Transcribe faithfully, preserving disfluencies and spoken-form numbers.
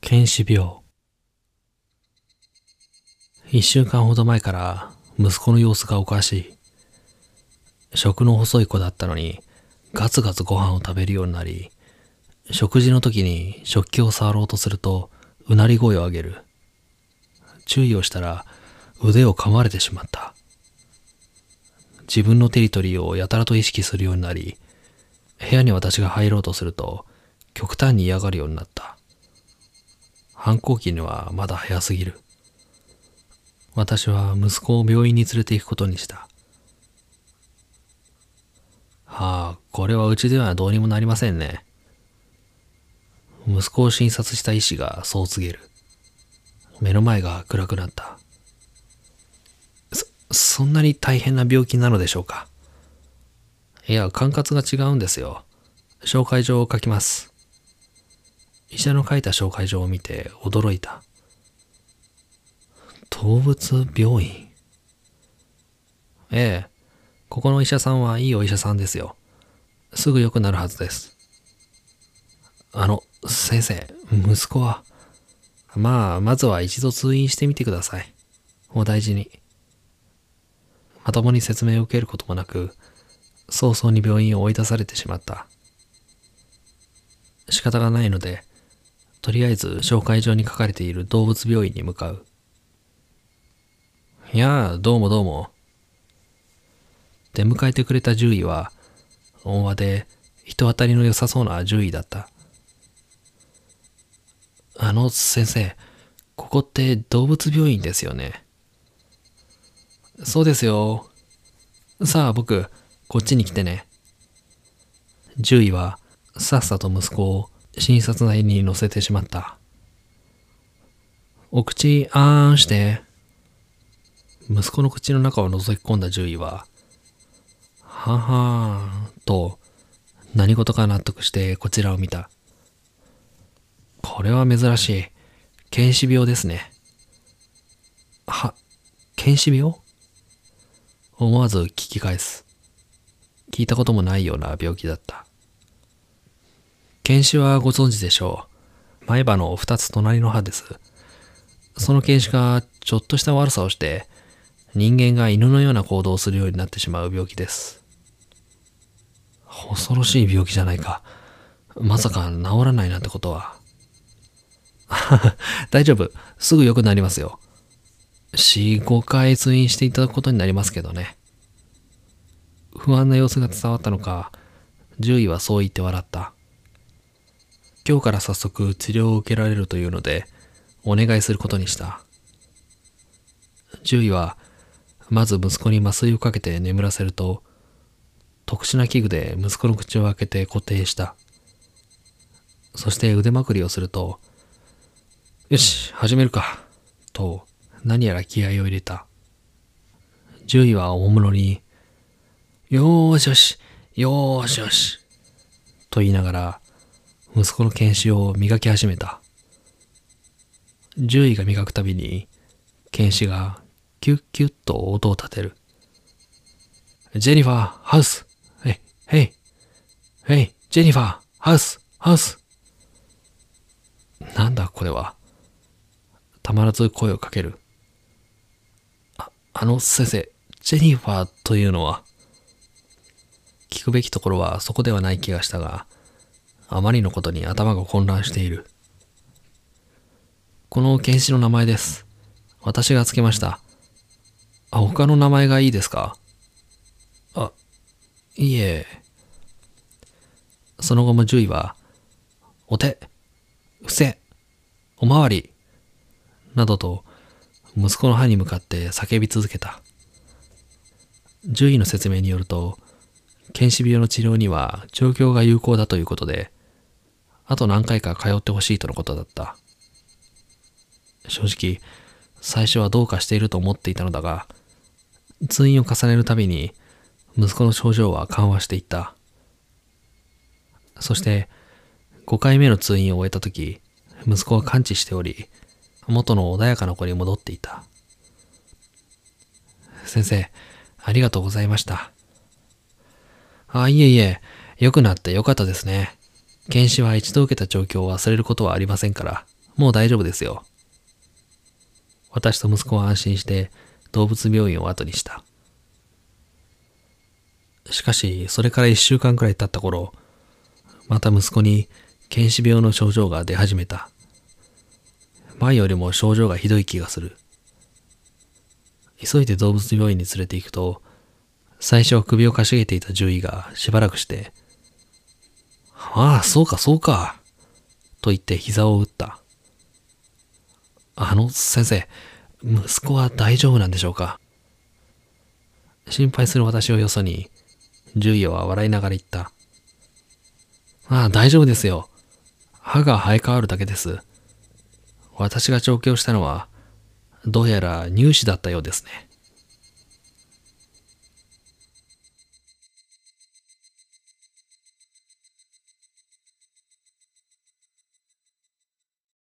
検視病。一週間ほど前から息子の様子がおかしい。食の細い子だったのにガツガツご飯を食べるようになり、食事の時に食器を触ろうとするとうなり声を上げる。注意をしたら腕を噛まれてしまった。自分のテリトリーをやたらと意識するようになり、部屋に私が入ろうとすると極端に嫌がるようになった。反抗期にはまだ早すぎる。私は息子を病院に連れて行くことにした。はあ、これはうちではどうにもなりませんね。息子を診察した医師がそう告げる。目の前が暗くなった。そ、そんなに大変な病気なのでしょうか。いや、管轄が違うんですよ。紹介状を書きます。医者の書いた紹介状を見て驚いた。動物病院。ええ、ここの医者さんはいいお医者さんですよ。すぐ良くなるはずです。あの、先生、息子は。まあ、まずは一度通院してみてください。お大事に。まともに説明を受けることもなく、早々に病院を追い出されてしまった。仕方がないので、とりあえず紹介状に書かれている動物病院に向かう。いやあ、どうもどうも。出迎えてくれた獣医は、温和で人当たりの良さそうな獣医だった。あの先生、ここって動物病院ですよね。そうですよ。さあ僕、こっちに来てね。獣医はさっさと息子を診察台に乗せてしまった。お口あーんして。息子の口の中を覗き込んだ獣医は、ははーんと何事か納得してこちらを見た。これは珍しい。検視病ですね。は、検視病？思わず聞き返す。聞いたこともないような病気だった。検視はご存知でしょう。前歯の二つ隣の歯です。その検視がちょっとした悪さをして人間が犬のような行動をするようになってしまう病気です。恐ろしい病気じゃないか。まさか治らないなんてことは。大丈夫。すぐ良くなりますよ。よん、ごかい通院していただくことになりますけどね。不安な様子が伝わったのか、獣医はそう言って笑った。今日から早速治療を受けられるというので、お願いすることにした。獣医は、まず息子に麻酔をかけて眠らせると、特殊な器具で息子の口を開けて固定した。そして腕まくりをすると、よし、始めるか、と何やら気合を入れた。獣医は大物に、よーしよし、よーしよし、と言いながら、息子の検視を磨き始めた。獣医が磨くたびに、検視がキュッキュッと音を立てる。ジェニファー、ハウス、へい、へい、へい、ジェニファー、ハウス、ハウス。なんだこれは。たまらず声をかける。あ、あの先生、ジェニファーというのは。聞くべきところはそこではない気がしたが、あまりのことに頭が混乱している。この検視の名前です。私がつけました。あ、他の名前がいいですか？あ、いいえ。その後も獣医は、お手、伏せ、おまわり、などと息子の歯に向かって叫び続けた。獣医の説明によると、検視病の治療には調教が有効だということで、あと何回か通ってほしいとのことだった。正直、最初はどうかしていると思っていたのだが、通院を重ねるたびに息子の症状は緩和していった。そしてごかいめの通院を終えたとき、息子は完治しており、元の穏やかな子に戻っていた。先生、ありがとうございました。あ、いえいえ、良くなってよかったですね。検視は一度受けた状況を忘れることはありませんから、 もう大丈夫ですよ。私と息子は安心して動物病院を後にした。しかし、それから一週間くらい経った頃、また息子に犬歯病の症状が出始めた。前よりも症状がひどい気がする。急いで動物病院に連れて行くと、最初首をかしげていた獣医がしばらくして、ああ、そうかそうか、と言って膝を打った。あの、先生、息子は大丈夫なんでしょうか。心配する私をよそに、獣医は笑いながら言った。ああ、大丈夫ですよ。歯が生え変わるだけです。私が調教したのは、どうやら乳歯だったようですね。